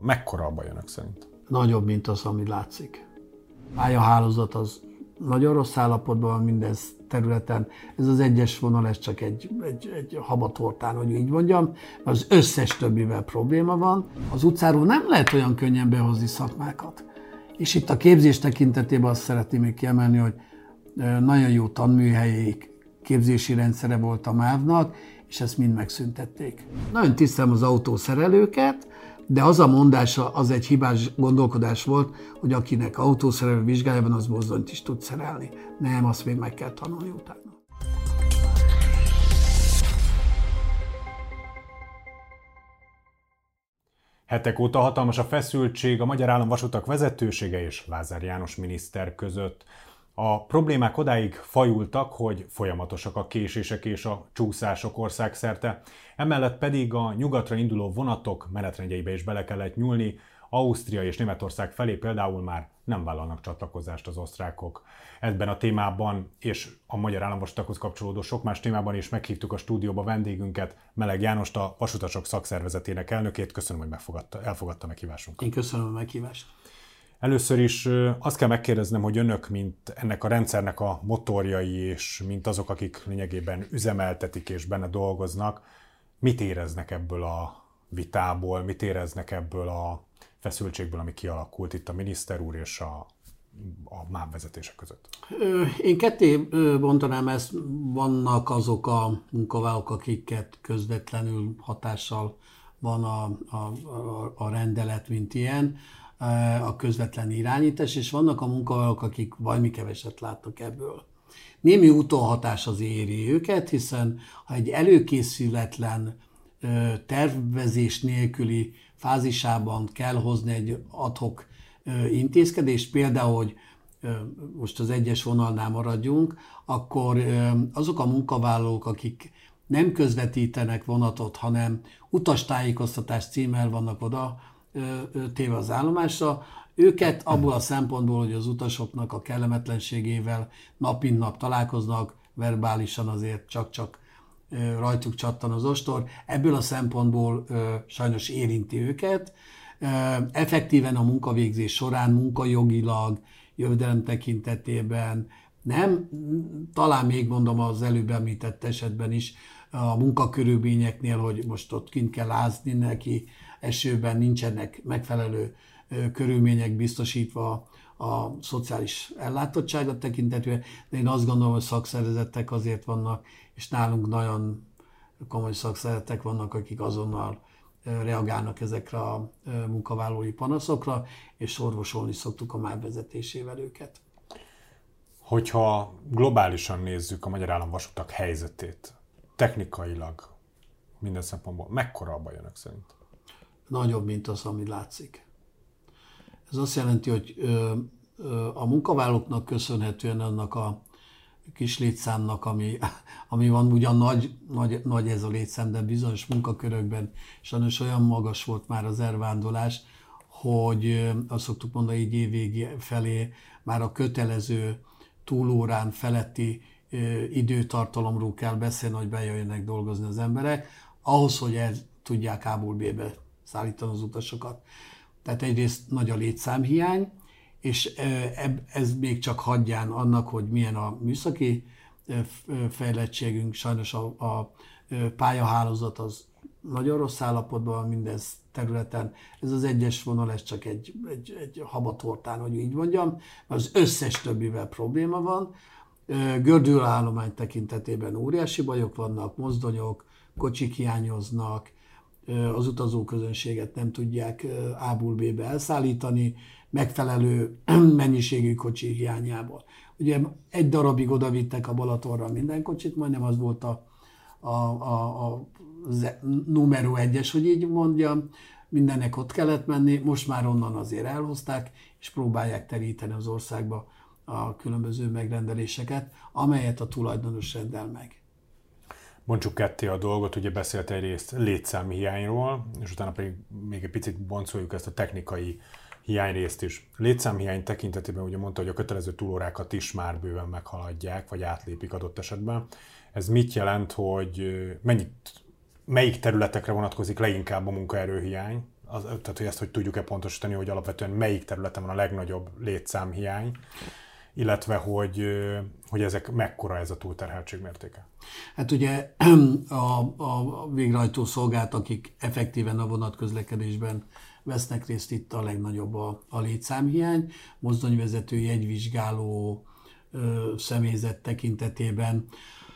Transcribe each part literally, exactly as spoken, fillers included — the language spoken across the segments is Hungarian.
Mekkora a baj önök szerint? Nagyobb, mint az, ami látszik. Pályahálózat az nagyon rossz állapotban van minden területen. Ez az egyes vonal, ez csak egy, egy, egy habatortán, hogy így mondjam, mert az összes többivel probléma van. Az utcáról nem lehet olyan könnyen behozni szakmákat. És itt a képzés tekintetében azt szeretném még kiemelni, hogy nagyon jó tanműhelyi képzési rendszere volt a MÁV-nak, és ezt mind megszüntették. Nagyon tisztelem az autószerelőket, de az a mondása, az egy hibás gondolkodás volt, hogy akinek autószerelő vizsgája van, az mozdonyt is tud szerelni. Nem, azt még meg kell tanulni utána. Hetek óta hatalmas a feszültség a Magyar Államvasutak vezetősége és Lázár János miniszter között. A problémák odáig fajultak, hogy folyamatosak a késések és a csúszások országszerte. Emellett pedig a nyugatra induló vonatok menetrendjeibe is bele kellett nyúlni. Ausztria és Németország felé például már nem vállalnak csatlakozást az osztrákok. Ebben a témában és a Magyar Államvasutakhoz kapcsolódó sok más témában is meghívtuk a stúdióba vendégünket, Meleg Jánost, a Vasutasok szakszervezetének elnökét. Köszönöm, hogy megfogadta, elfogadta meghívásunkat. Én köszönöm a meghívást. Először is azt kell megkérdeznem, hogy önök, mint ennek a rendszernek a motorjai, és mint azok, akik lényegében üzemeltetik és benne dolgoznak, mit éreznek ebből a vitából, mit éreznek ebből a feszültségből, ami kialakult itt a miniszter úr és a, a MÁV vezetése között? Én ketté bontanám ezt, vannak azok a munkavállalók, akiket közvetlenül hatással van a, a, a, a rendelet, mint ilyen, a közvetlen irányítás, és vannak a munkavállalók, akik valami keveset látnak ebből. Némi utóhatás az éri őket, hiszen ha egy előkészületlen, tervezés nélküli fázisában kell hozni egy ad-hoc intézkedést, például, hogy most az egyes vonalnál maradjunk, akkor azok a munkavállalók, akik nem közvetítenek vonatot, hanem utastájékoztatás címmel vannak oda téve az állomásra, őket abból a szempontból, hogy az utasoknak a kellemetlenségével nap mint nap találkoznak, verbálisan azért csak-csak rajtuk csattan az ostor, ebből a szempontból sajnos érinti őket. Effektíven a munkavégzés során munkajogilag, jövedelem tekintetében nem, talán még mondom az előbb említett esetben is, a munkakörülményeknél, hogy most ott kint kell ázni neki, esőben nincsenek megfelelő körülmények biztosítva a szociális ellátottságot tekintetően, de én azt gondolom, hogy szakszervezetek azért vannak, és nálunk nagyon komoly szakszervezetek vannak, akik azonnal reagálnak ezekre a munkavállalói panaszokra, és orvosolni szoktuk a MÁV vezetésével őket. Hogyha globálisan nézzük a Magyar Államvasutak helyzetét, technikailag, minden szempontból, mekkora a baj önök szerint? Nagyobb, mint az, ami látszik. Ez azt jelenti, hogy a munkavállalóknak köszönhetően annak a kis létszámnak, ami, ami van, ugyan nagy, nagy, nagy ez a létszám, de bizonyos munkakörökben sajnos olyan magas volt már az elvándorlás, hogy azt szoktuk mondani, így évvég felé már a kötelező túlórán feletti időtartalomról kell beszélni, hogy bejöjjenek dolgozni az emberek, ahhoz, hogy el tudják A-ból B-be szállítani az utasokat. Tehát egyrészt nagy a létszámhiány, és ez még csak hagyján annak, hogy milyen a műszaki fejlettségünk, sajnos a, a pályahálózat az nagyon rossz állapotban van minden területen. Ez az egyes vonal, ez csak egy, egy, egy habatortán, hogy így mondjam, az összes többivel probléma van. Gördülőállomány tekintetében óriási bajok vannak, mozdonyok, kocsik hiányoznak, az utazóközönséget nem tudják A-ból B-be elszállítani, megfelelő mennyiségű kocsi hiányából. Ugye egy darabig odavittek a Balatonra minden kocsit, majdnem az volt a, a, a, a numero egyes, hogy így mondjam, mindennek ott kellett menni, most már onnan azért elhozták, és próbálják teríteni az országba a különböző megrendeléseket, amelyet a tulajdonos rendel meg. Bontsuk ketté a dolgot, ugye beszélt egyrészt létszámhiányról, és utána pedig még egy picit boncoljuk ezt a technikai hiányrészt is. Létszámhiány tekintetében ugye mondta, hogy a kötelező túlórákat is már bőven meghaladják, vagy átlépik adott esetben. Ez mit jelent, hogy mennyit, melyik területekre vonatkozik leginkább a munkaerőhiány az, tehát hogy ezt hogy tudjuk-e pontosítani, hogy alapvetően melyik területen van a legnagyobb létszámhiány, illetve hogy, hogy ezek mekkora ez a túlterheltség mértéke? Hát ugye a, a végrehajtó szolgált, akik effektíven a vonatközlekedésben vesznek részt, itt a legnagyobb a, a létszámhiány. Mozdonyvezető, jegyvizsgáló ö, személyzet tekintetében.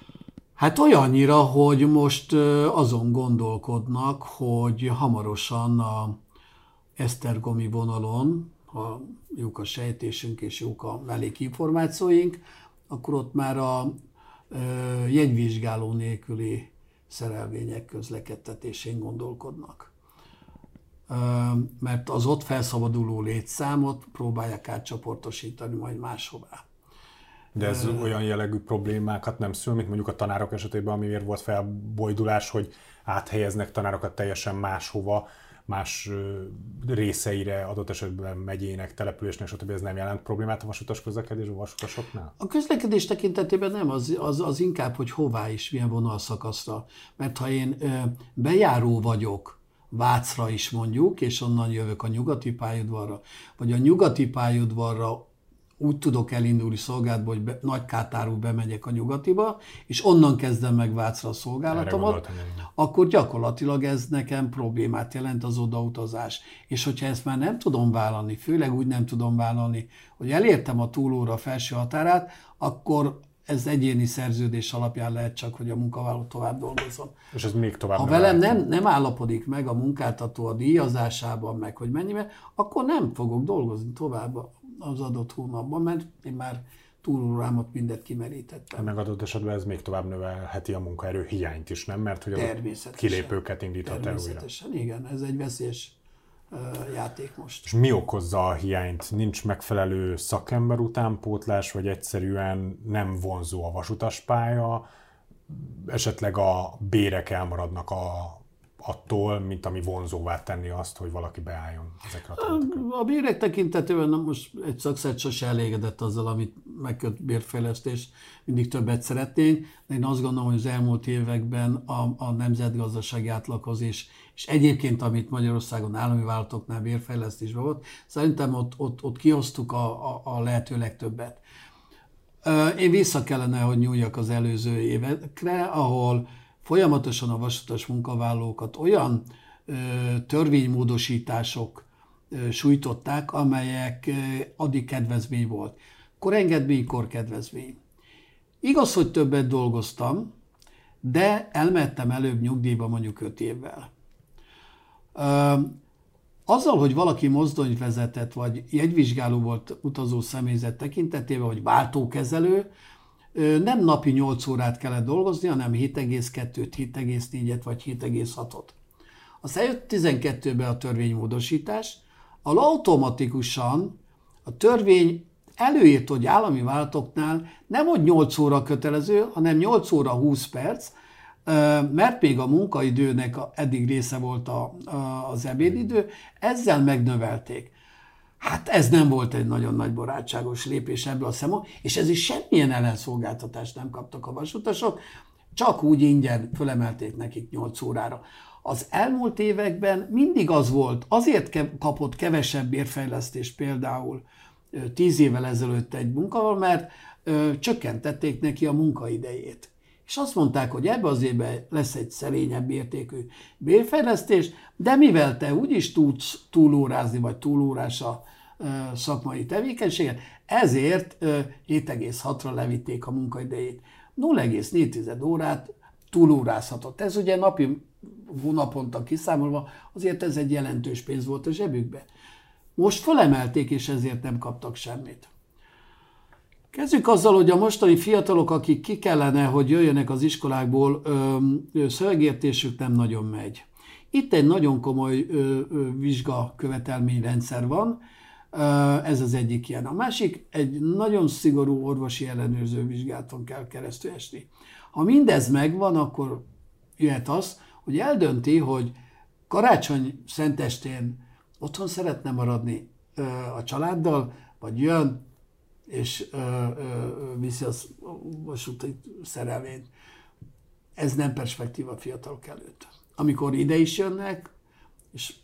Hát olyannyira, hogy most ö, azon gondolkodnak, hogy hamarosan a esztergomi vonalon, ha jók a sejtésünk és jók a mellékinformációink, akkor ott már a ö, jegyvizsgáló nélküli szerelvények közlekedtetésén gondolkodnak. Ö, mert az ott felszabaduló létszámot próbálják átcsoportosítani majd máshová. De ez ö, olyan jellegű problémákat nem szül, mint mondjuk a tanárok esetében, amiért volt felbojdulás, hogy áthelyeznek tanárokat teljesen máshova, más részeire, adott esetben megyének, településnek, stb. Ez nem jelent problémát a vasutas közlekedésben, a vasutasoknál? A közlekedés tekintetében nem, az, az, az inkább, hogy hová is, milyen vonalszakaszra. Mert ha én ö, bejáró vagyok Vácra is mondjuk, és onnan jövök a nyugati pályaudvarra, vagy a nyugati pályaudvarra úgy tudok elindulni szolgálatba, hogy be, Nagykátáról bemegyek a nyugatiba, és onnan kezdem meg Vácra a szolgálatomat, akkor gyakorlatilag ez nekem problémát jelent az odautazás. És hogyha ezt már nem tudom vállalni, főleg úgy nem tudom vállalni, hogy elértem a túlóra felső határát, akkor ez egyéni szerződés alapján lehet csak, hogy a munkavállaló tovább dolgozzon. És ez még tovább Ha velem nem, nem állapodik meg a munkáltató a díjazásában, meg hogy mennyivel, akkor nem fogok dolgozni tovább az adott hónapban, mert én már túlórámat mindet kimerítettem. Meg adott esetben ez még tovább növelheti a munkaerő hiányt is, nem? Mert hogy a kilépőket indíthat el újra. Természetesen, igen, ez egy veszélyes uh, játék most. És mi okozza a hiányt? Nincs megfelelő szakember utánpótlás, vagy egyszerűen nem vonzó a vasutaspálya? Esetleg a bérek elmaradnak a attól, mint ami vonzóvá tenni azt, hogy valaki beálljon ezekre a területekre? A bérek tekintetében most egy szakszervezet sose elégedett azzal, amit megköt bérfejlesztés, mindig többet szeretnénk, de én azt gondolom, hogy az elmúlt években a, a nemzetgazdasági átlaghoz is, és egyébként, amit Magyarországon állami vállalatoknál bérfejlesztésben volt, szerintem ott, ott, ott kihoztuk a, a, a lehető legtöbbet. Én vissza kellene, hogy nyúljak az előző évekre, ahol folyamatosan a vasutas munkavállalókat olyan ö, törvénymódosítások ö, sújtották, amelyek ö, addig kedvezmény volt. Korengedmény, korkedvezmény. Igaz, hogy többet dolgoztam, de elmehettem előbb nyugdíjba mondjuk öt évvel. Ö, azzal, hogy valaki mozdonyvezetett, vagy jegyvizsgáló volt utazó személyzet tekintetében, vagy váltókezelő, nem napi nyolc órát kellett dolgozni, hanem hét egész kettőt, hét egész négyet vagy hét egész hatot. Aztán jött tizenkettőbe a törvénymódosítás, ahol automatikusan a törvény előírt, hogy állami vállalatoknál nem hogy nyolc óra kötelező, hanem nyolc óra húsz perc, mert még a munkaidőnek eddig része volt a, a, az ebédidő, ezzel megnövelték. Hát ez nem volt egy nagyon nagy barátságos lépés ebből a szempontból, és ez is semmilyen ellenszolgáltatást nem kaptak a vasutasok, csak úgy ingyen fölemelték nekik nyolc órára. Az elmúlt években mindig az volt, azért kapott kevesebb bérfejlesztést például tíz évvel ezelőtt egy munkával, mert ö, csökkentették neki a munkaidejét. És azt mondták, hogy ebbe az évben lesz egy szerényebb értékű bérfejlesztés, de mivel te úgyis tudsz túlórázni, vagy túlórás a szakmai tevékenységet, ezért hét egész hatra levitték a munkaidejét. nulla egész négy órát túlórázhatott. Ez ugye napi, hónaponta kiszámolva, azért ez egy jelentős pénz volt a zsebükbe. Most fölemelték, és ezért nem kaptak semmit. Kezdjük azzal, hogy a mostani fiatalok, akik ki kellene, hogy jöjjenek az iskolákból, szövegértésük nem nagyon megy. Itt egy nagyon komoly ö, ö, vizsgakövetelményrendszer van, ö, ez az egyik ilyen. A másik, egy nagyon szigorú orvosi ellenőrző vizsgálaton kell keresztül esni. Ha mindez megvan, akkor jöhet az, hogy eldönti, hogy karácsony szentestén otthon szeretne maradni ö, a családdal, vagy jön, és ö, ö, viszi a vasúti szerelvényt. Ez nem perspektíva a fiatalok előtt. Amikor ide is jönnek, és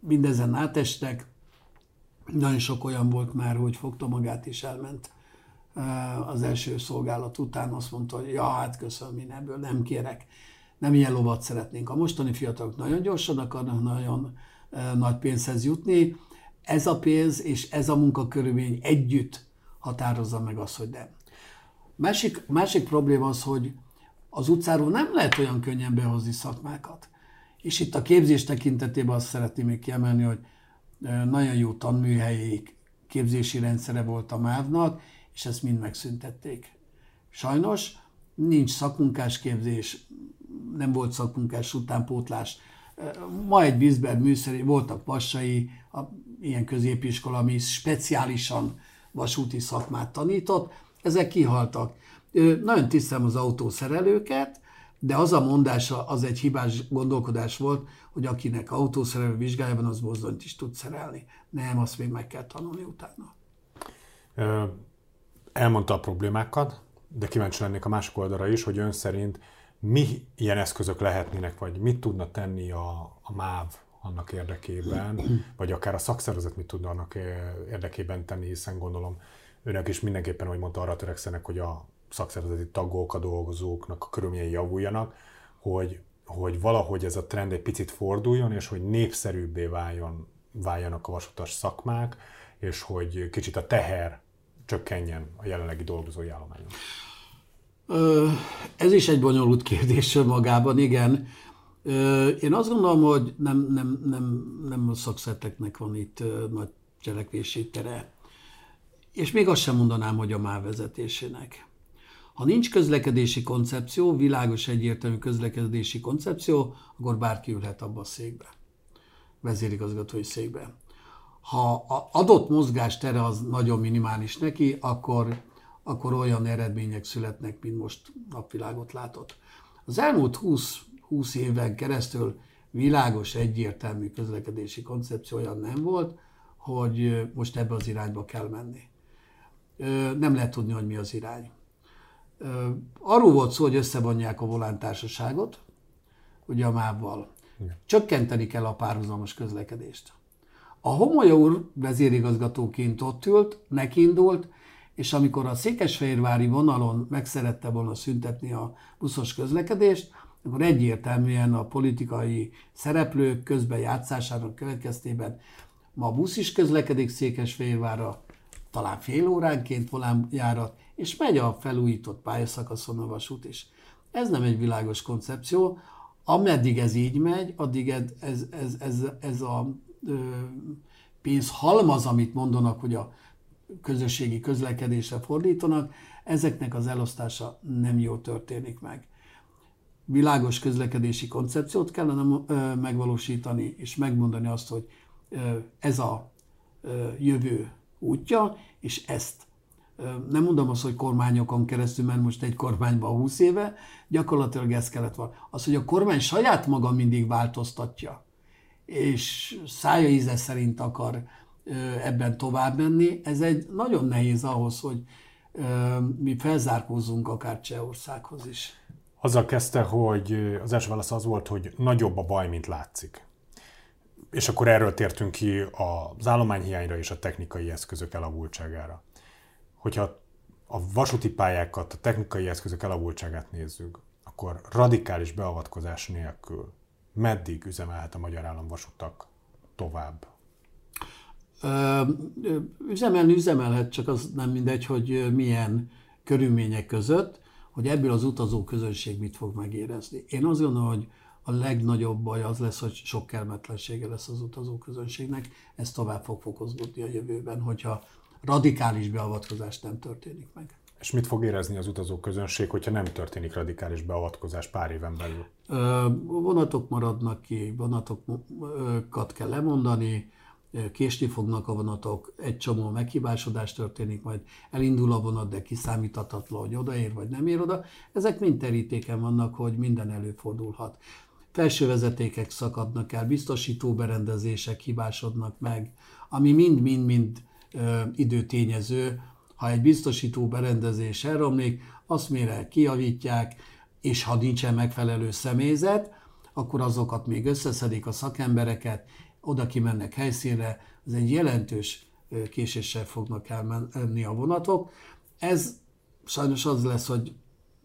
mindezen átestek. Nagyon sok olyan volt már, hogy fogta magát és elment az első szolgálat után, azt mondta, hogy ja, hát köszönöm, én ebből nem kérek. Nem ilyen lovat szeretnénk. A mostani fiatalok nagyon gyorsan akarnak nagyon nagy pénzhez jutni. Ez a pénz és ez a munkakörülmény együtt határozza meg azt, hogy nem. Másik, másik probléma az, hogy az utcáról nem lehet olyan könnyen behozni szakmákat. És itt a képzés tekintetében azt szeretném még kiemelni, hogy nagyon jó tanműhelyi képzési rendszere volt a mávnak, és ezt mind megszüntették. Sajnos nincs szakmunkás képzés, nem volt szakmunkás utánpótlás. Ma egy vízber műszeri, voltak vassai, a, ilyen középiskola, ami speciálisan vasúti szakmát tanított, ezek kihaltak. Nagyon tisztelem az autószerelőket, de az a mondása, az egy hibás gondolkodás volt, hogy akinek autószerelő vizsgájában, az mozdonyt is tud szerelni. Nem, azt még meg kell tanulni utána. Elmondta a problémákat, de kíváncsi lennék a másik oldalra is, hogy ön szerint mi ilyen eszközök lehetnének, vagy mit tudna tenni a, a MÁV annak érdekében, vagy akár a szakszervezet mit tudna annak érdekében tenni, hiszen gondolom önök is mindenképpen, ahogy mondta, arra törekszenek, hogy a szakszervezeti tagok, a dolgozóknak a körülményei javuljanak, hogy, hogy valahogy ez a trend egy picit forduljon, és hogy népszerűbbé váljon, váljanak a vasutas szakmák, és hogy kicsit a teher csökkenjen a jelenlegi dolgozói állományon. Ez is egy bonyolult kérdés magában, igen. Én azt gondolom, hogy nem, nem, nem, nem a szakszervezeteknek van itt nagy cselekvési tere. És még azt sem mondanám, hogy a MÁV vezetésének. Ha nincs közlekedési koncepció, világos egyértelmű közlekedési koncepció, akkor bárki ülhet abba a székbe, vezérigazgatói székbe. Ha az adott mozgástere az nagyon minimális neki, akkor, akkor olyan eredmények születnek, mint most napvilágot látott. Az elmúlt húsz, húsz éven keresztül világos, egyértelmű közlekedési koncepció olyan nem volt, hogy most ebbe az irányba kell menni. Nem lehet tudni, hogy mi az irány. Arról volt szó, hogy összevonják a volántársaságot, ugye a mávval. Csökkenteni kell a párhuzamos közlekedést. A Homolya úr vezérigazgatóként ott ült, nekiindult, és amikor a székesfehérvári vonalon meg szerette volna szüntetni a buszos közlekedést, akkor egyértelműen a politikai szereplők közbejátszásának következtében ma a busz is közlekedik Székesfehérvárra, talán fél óránként volánjárat, és megy a felújított pályaszakaszon a vasút is. Ez nem egy világos koncepció. Ameddig ez így megy, addig ez, ez, ez, ez, ez a ö, pénzhalmaz, amit mondanak, hogy a közösségi közlekedésre fordítanak, ezeknek az elosztása nem jól történik meg. Világos közlekedési koncepciót kellene ö, megvalósítani, és megmondani azt, hogy ö, ez a ö, jövő útja, és ezt nem mondom azt, hogy kormányokon keresztül, mert most egy kormányban húsz éve, gyakorlatilag ez kellett volna. Az, hogy a kormány saját maga mindig változtatja, és szája íze szerint akar ebben tovább menni, ez egy nagyon nehéz ahhoz, hogy mi felzárkózzunk akár Csehországhoz is. Azzal kezdte, hogy az első válasz az volt, hogy nagyobb a baj, mint látszik. És akkor erről tértünk ki az állományhiányra és a technikai eszközök elavultságára. Hogyha a vasúti pályákat, a technikai eszközök elavultságát nézzük, akkor radikális beavatkozás nélkül meddig üzemelhet a Magyar Államvasutak tovább? Ö, üzemelni üzemelhet, csak az nem mindegy, hogy milyen körülmények között, hogy ebből az utazó közönség mit fog megérezni. Én azt gondolom, hogy a legnagyobb baj az lesz, hogy sok kellemetlensége lesz az utazó közönségnek, ez tovább fog fokozódni a jövőben, hogyha radikális beavatkozás nem történik meg. És mit fog érezni az utazó közönség, hogyha nem történik radikális beavatkozás pár éven belül? Ö, vonatok maradnak ki, vonatokat kell lemondani, késni fognak a vonatok, egy csomó meghibásodás történik, majd elindul a vonat, de kiszámíthatatlan, hogy odaér vagy nem ér oda. Ezek mind terítéken vannak, hogy minden előfordulhat. Felső vezetékek szakadnak el, biztosítóberendezések hibásodnak meg, ami mind-mind-mind időtényező. Ha egy biztosító berendezés elromlik, azt mire kijavítják, és ha nincsen megfelelő személyzet, akkor azokat még összeszedik a szakembereket, oda kimennek helyszínre, ez egy jelentős késéssel fognak elmenni a vonatok. Ez sajnos az lesz, hogy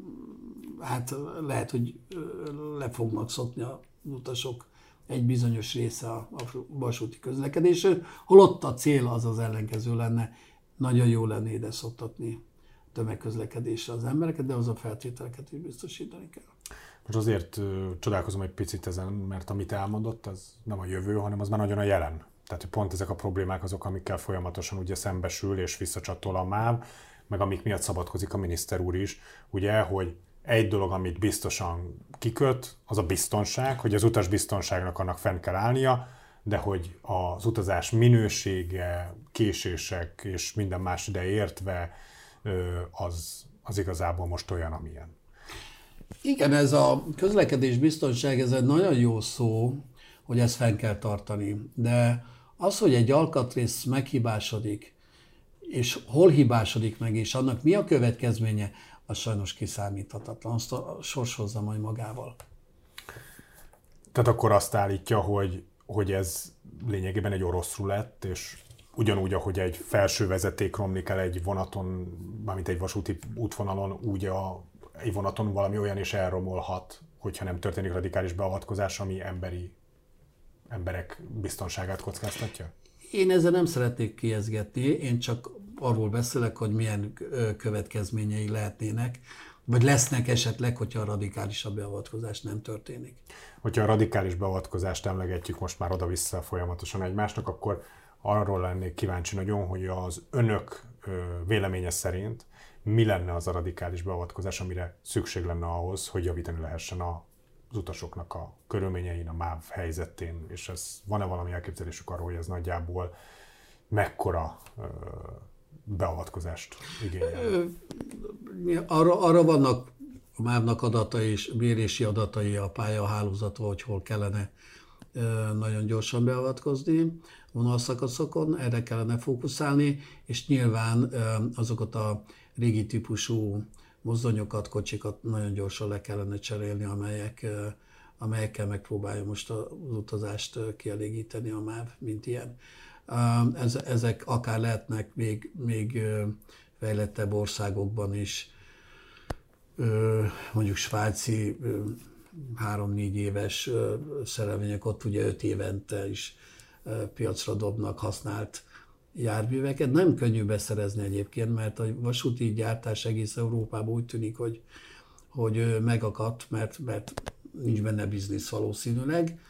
hát lehet, hogy le fognak szokni az utasok egy bizonyos része a vasúti közlekedésről, holott a cél az az ellenkező lenne, nagyon jó lenne ide szoktatni tömegközlekedésre az embereket, de az a feltételeket is biztosítani kell. Most azért uh, csodálkozom egy picit ezen, mert amit elmondott, az nem a jövő, hanem az már nagyon a jelen. Tehát pont ezek a problémák azok, amikkel folyamatosan ugye szembesül és visszacsatol a MÁV, meg amik miatt szabadkozik a miniszter úr is, ugye, hogy egy dolog, amit biztosan kiköt, az a biztonság, hogy az utas biztonságnak annak fenn kell állnia, de hogy az utazás minősége, késések és minden más ide értve, az, az igazából most olyan, amilyen. Igen, ez a közlekedés biztonság, ez egy nagyon jó szó, hogy ezt fenn kell tartani, de az, hogy egy alkatrész meghibásodik, és hol hibásodik meg, és annak mi a következménye, az sajnos kiszámíthatatlan. Azt a sors hozza majd magával. Tehát akkor azt állítja, hogy, hogy ez lényegében egy orosz rulett, és ugyanúgy, ahogy egy felső vezeték romlik el egy vonaton, mármint egy vasúti útvonalon, úgy a, egy vonaton valami olyan is elromolhat, hogyha nem történik radikális beavatkozás, ami emberi, emberek biztonságát kockáztatja? Én ezzel nem szeretnék kiezgetni, én csak arról beszélek, hogy milyen következményei lehetnének, vagy lesznek esetleg, hogyha a radikálisabb beavatkozás nem történik. Hogyha a radikális beavatkozást emlegetjük most már oda-vissza folyamatosan egymásnak, akkor arról lennék kíváncsi nagyon, hogy az önök véleménye szerint mi lenne az a radikális beavatkozás, amire szükség lenne ahhoz, hogy javítani lehessen az utasoknak a körülményein, a MÁV helyzetén, és ez, van-e valami elképzelésük arról, hogy ez nagyjából mekkora beavatkozást igényel? Arra, arra vannak a MÁV-nak adatai és mérési adatai a pályahálózatban, hogy hol kellene nagyon gyorsan beavatkozni vonalszakaszokon, erre kellene fókuszálni, és nyilván azokat a régi típusú mozdonyokat, kocsikat nagyon gyorsan le kellene cserélni, amelyek, amelyekkel megpróbálja most az utazást kielégíteni a MÁV, mint ilyen. Ezek akár lehetnek még, még fejlettebb országokban is, mondjuk svájci három-négy éves szerelvények, ott ugye öt évente is piacra dobnak használt járműveket. Nem könnyű beszerezni egyébként, mert a vasúti gyártás egész Európában úgy tűnik, hogy, hogy megakadt, mert, mert nincs benne biznisz valószínűleg.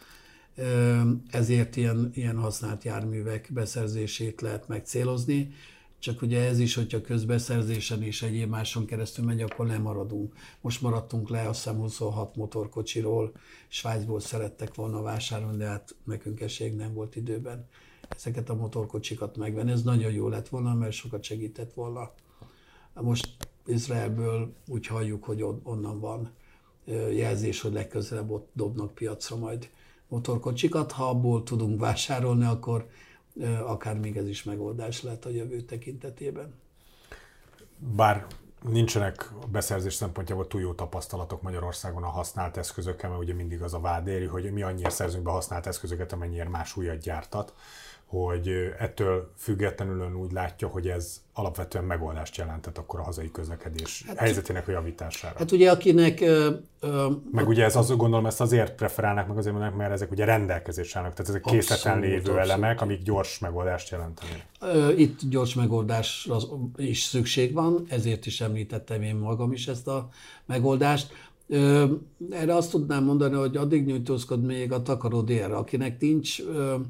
Ezért ilyen, ilyen használt járművek beszerzését lehet megcélozni. Csak ugye ez is, hogyha közbeszerzésen és egyéb máson keresztül megy, akkor lemaradunk. Most maradtunk le, azt hiszem huszonhat motorkocsiról, Svájcból szerettek volna vásárolni, de hát nekünk esélyünk nem volt időben ezeket a motorkocsikat megvenni. Ez nagyon jó lett volna, mert sokat segített volna. Most Izraelből úgy halljuk, hogy onnan van jelzés, hogy legközelebb ott dobnak piacra majd motorkocsikat. Ha abból tudunk vásárolni, akkor akár még ez is megoldás lehet a jövő tekintetében. Bár nincsenek a beszerzés szempontjából túl jó tapasztalatok Magyarországon a használt eszközökkel, mert ugye mindig az a vád éri, hogy mi annyira szerzünk be használt eszközöket, amennyire más újat gyártat, hogy ettől függetlenül ön úgy látja, hogy ez alapvetően megoldást jelentett akkor a hazai közlekedés hát, helyzetének a javítására. Hát ugye akinek... Ö, ö, meg ugye ez azt gondolom, ezt azért preferálnak, meg azért mondanak, mert ezek ugye rendelkezésre állnak, tehát ezek készleten lévő abszolút elemek, amik gyors megoldást jelentenek. Itt gyors megoldásra is szükség van, ezért is említettem én magam is ezt a megoldást. Erre azt tudnám mondani, hogy addig nyújtózkod még a takarodérre, akinek nincs...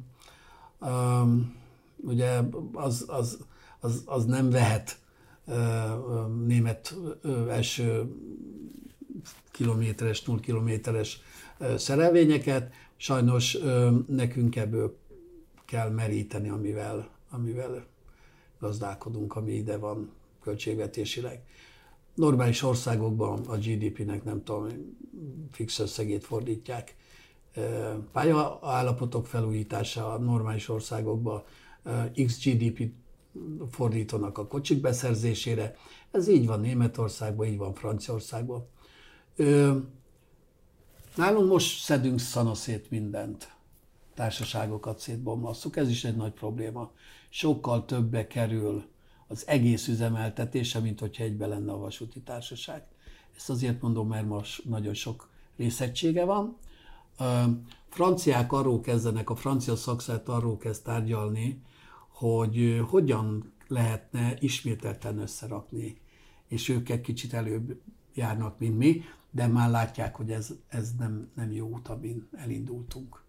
Um, ugye az, az, az, az nem vehet uh, német uh, első kilométeres, null kilométeres uh, szerelvényeket. Sajnos uh, nekünk ebből kell meríteni, amivel, amivel gazdálkodunk, ami ide van költségvetésileg. Normális országokban a gé dé pének nem tudom, fix összegét fordítják pályaállapotok felújítása a normális országokban, X gé dé pét fordítanak a kocsik beszerzésére. Ez így van Németországban, így van Franciaországban. Nálunk most szedünk szanaszét mindent. társaságokat szétbomlasszuk. Ez is egy nagy probléma. Sokkal többe kerül az egész üzemeltetése, mint hogyha egybe lenne a vasúti társaság. Ezt azért mondom, mert most nagyon sok részegysége van. Franciák arról kezdenek, a francia szakszervezet arról kezd tárgyalni, hogy hogyan lehetne ismételten összerakni, és ők egy kicsit előbb járnak, mint mi, de már látják, hogy ez, ez nem, nem jó út, amin elindultunk.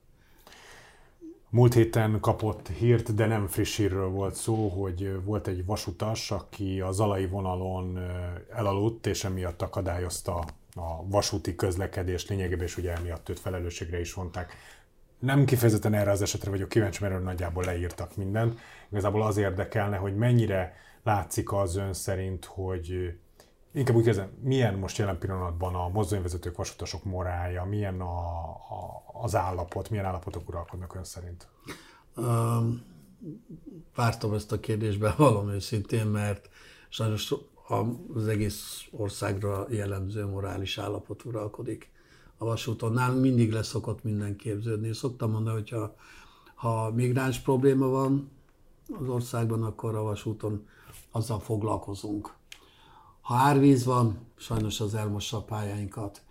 Múlt héten kapott hírt, de nem friss hírről volt szó, hogy volt egy vasutas, aki a zalai vonalon elaludt, és emiatt akadályozta a vasúti közlekedést lényegében, és ugye emiatt őt felelősségre is vonták. Nem kifejezetten erre az esetre vagyok kíváncsi, mert nagyjából leírtak mindent. Igazából az érdekelne, hogy mennyire látszik az ön szerint, hogy inkább úgy kérdezem, milyen most jelen pillanatban a mozdonyvezetők, vasutasok morálja, milyen a, a, az állapot, milyen állapotok uralkodnak ön szerint? Um, vártam ezt a kérdésbe, valami őszintén, mert sajnos az egész országra jellemző morális állapot uralkodik a vasúton. Nálunk mindig leszokott minden képződni. Szoktam mondani, hogy ha, ha migráns probléma van az országban, akkor a vasúton azzal foglalkozunk. Ha árvíz van, sajnos az elmossa a pályáinkat.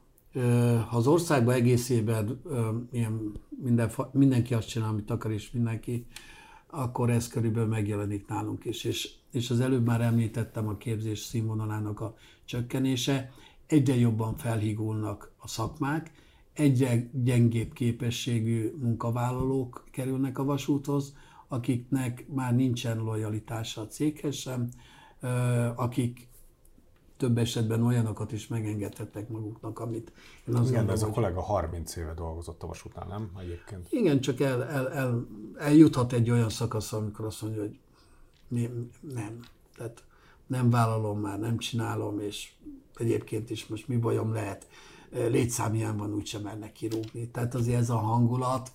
Ha az országban egészében ilyen minden, mindenki azt csinál, amit akar, és mindenki, akkor ez körülbelül megjelenik nálunk is. És, és az előbb már említettem a képzés színvonalának a csökkenése. Egyre jobban felhígulnak a szakmák, egyre gyengébb képességű munkavállalók kerülnek a vasúthoz, akiknek már nincsen lojalitása a céghez sem, akik több esetben olyanokat is megengedhetnek maguknak, amit én azt igen, de ez a kollega harminc éve dolgozott a vasútnál, nem? Egyébként. Igen, csak el, el, el, eljuthat egy olyan szakasz, amikor azt mondja, hogy nem, tehát nem vállalom már, nem csinálom, és egyébként is most mi bajom lehet, létszámján van, úgysem mernek kirúgni. Tehát azért ez a hangulat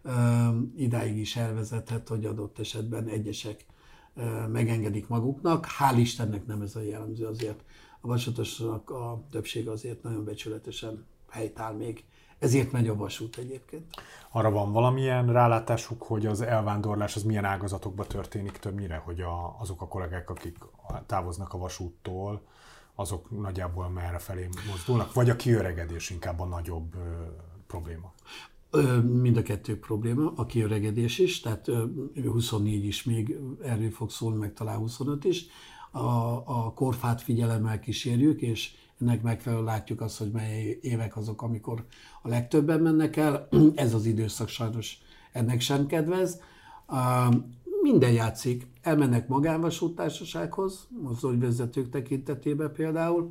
idáig is elvezethet, hogy adott esetben egyesek megengedik maguknak. Hál' Istennek nem ez a jellemző, azért a vasutasnak a többség azért nagyon becsületesen helytáll még. Ezért megy a vasút egyébként. Arra van valamilyen rálátásuk, hogy az elvándorlás az milyen ágazatokban történik többnyire, hogy a, azok a kollégák, akik távoznak a vasúttól, azok nagyjából merre felé mozdulnak, vagy a kiöregedés inkább a nagyobb ö, probléma? Mind a kettő probléma, a kiöregedés is, tehát huszonnégy is még erről fog szólni, meg talán huszonöt is. A, a korfát figyelemmel kísérjük, és ennek megfelelően látjuk azt, hogy mely évek azok, amikor a legtöbben mennek el. Ez az időszak sajnos ennek sem kedvez. Minden játszik, elmennek magánvasúttársasághoz, mozdonyvezetők tekintetében például,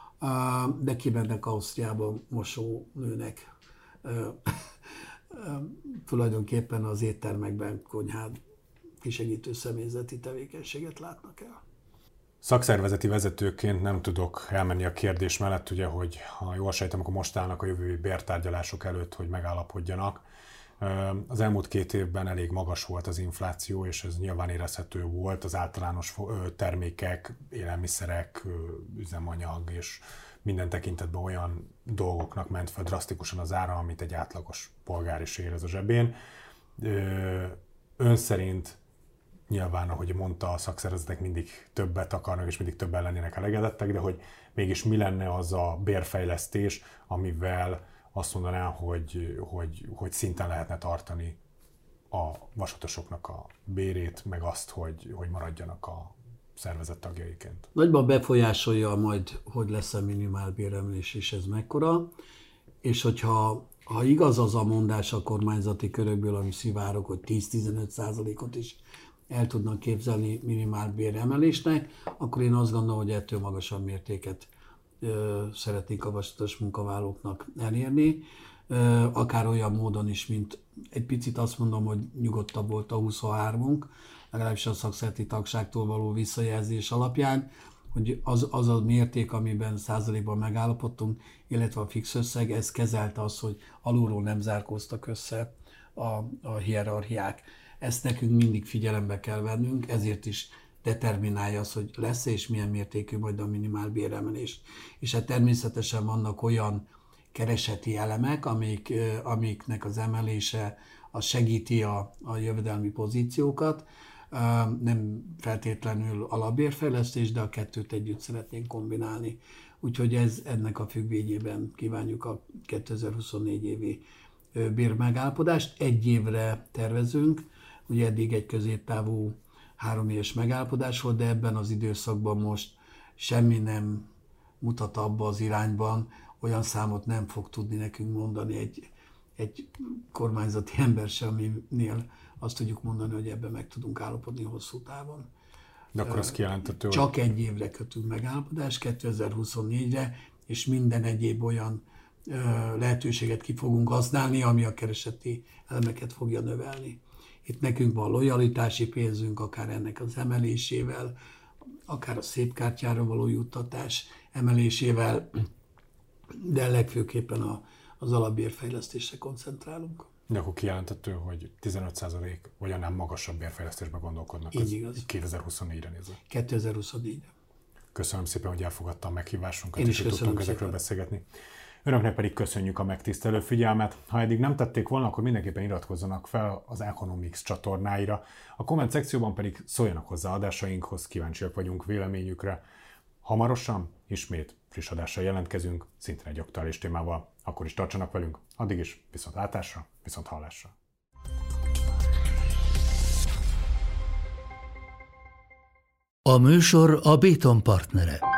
de kimennek Ausztriába mosónőnek. Tulajdonképpen az éttermekben, konyhán kisegítő személyzeti tevékenységet látnak el. Szakszervezeti vezetőként nem tudok elmenni a kérdés mellett, ugye, hogy ha jól sejtem, akkor most állnak a jövő bértárgyalások előtt, hogy megállapodjanak. Az elmúlt két évben elég magas volt az infláció, és ez nyilván érezhető volt. Az általános termékek, élelmiszerek, üzemanyag és minden tekintetben olyan dolgoknak ment fel drasztikusan az ára, amit egy átlagos polgár is érez a zsebén. Ön szerint nyilván, ahogy mondta, a szakszervezetek mindig többet akarnak, és mindig többen lennének elégedettek, de hogy mégis mi lenne az a bérfejlesztés, amivel azt mondaná, hogy, hogy, hogy szinten lehetne tartani a vasutasoknak a bérét, meg azt, hogy, hogy maradjanak a szervezet tagjaiként. Nagyban befolyásolja majd, hogy lesz a minimálbéremelés, és ez mekkora, és hogyha ha igaz az a mondás a kormányzati körökből, ami szivárog, hogy tíz-tizenöt százalékot is el tudnak képzelni minimálbéremelésnek, akkor én azt gondolom, hogy ettől magasabb mértéket ö, szeretnék a vasutas munkavállalóknak elérni, ö, akár olyan módon is, mint egy picit azt mondom, hogy nyugodtabb volt a huszonhármunk, legalábbis a szakszervezeti tagságtól való visszajelzés alapján, hogy az, az a mérték, amiben százalékban megállapodtunk, illetve a fix összeg, ez kezelte az, hogy alulról nem zárkóztak össze a, a hierarchiák. Ezt nekünk mindig figyelembe kell vennünk, ezért is determinálja az, hogy lesz és milyen mértékű majd a minimálbéremelés. És hát természetesen vannak olyan kereseti elemek, amik, amiknek az emelése az segíti a, a jövedelmi pozíciókat. Nem feltétlenül alapbérfejlesztés, de a kettőt együtt szeretnénk kombinálni. Úgyhogy ez ennek a függvényében kívánjuk a kétezer-huszonnégy évi bérmegállapodást. Egy évre tervezünk, ugye eddig egy középtávú három éves megállapodás volt, de ebben az időszakban most semmi nem mutat abba az irányban, olyan számot nem fog tudni nekünk mondani egy, egy kormányzati ember sem, aminél azt tudjuk mondani, hogy ebben meg tudunk állapodni hosszú távon. De akkor az kijelentető, hogy... Csak egy évre kötünk megállapodást, kétezer-huszonnégyre, és minden egyéb olyan ö, lehetőséget ki fogunk használni, ami a kereseti elemeket fogja növelni. Itt nekünk van lojalitási pénzünk, akár ennek az emelésével, akár a szép kártyára való juttatás emelésével, de legfőképpen a, az alapbérfejlesztésre koncentrálunk. De akkor kijelentető, hogy tizenöt százalék vagy annál magasabb bérfejlesztésbe gondolkodnak. Így igaz. kétezer-huszonnégyre nézve. kétezer-huszonnégyre. Köszönöm szépen, hogy elfogadta a meghívásunkat, Én és is hogy tudtunk ezekről szépen. beszélgetni. Önöknek pedig köszönjük a megtisztelő figyelmet. Ha eddig nem tették volna, akkor mindenképpen iratkozzanak fel az Economics csatornáira. A komment szekcióban pedig szóljanak hozzá adásainkhoz, kíváncsiak vagyunk véleményükre. Hamarosan ismét friss adással jelentkezünk, szintén egy aktuális témával. Akkor is tartsanak velünk, addig is viszont látásra, viszont hallásra. A műsor a Béton partnere.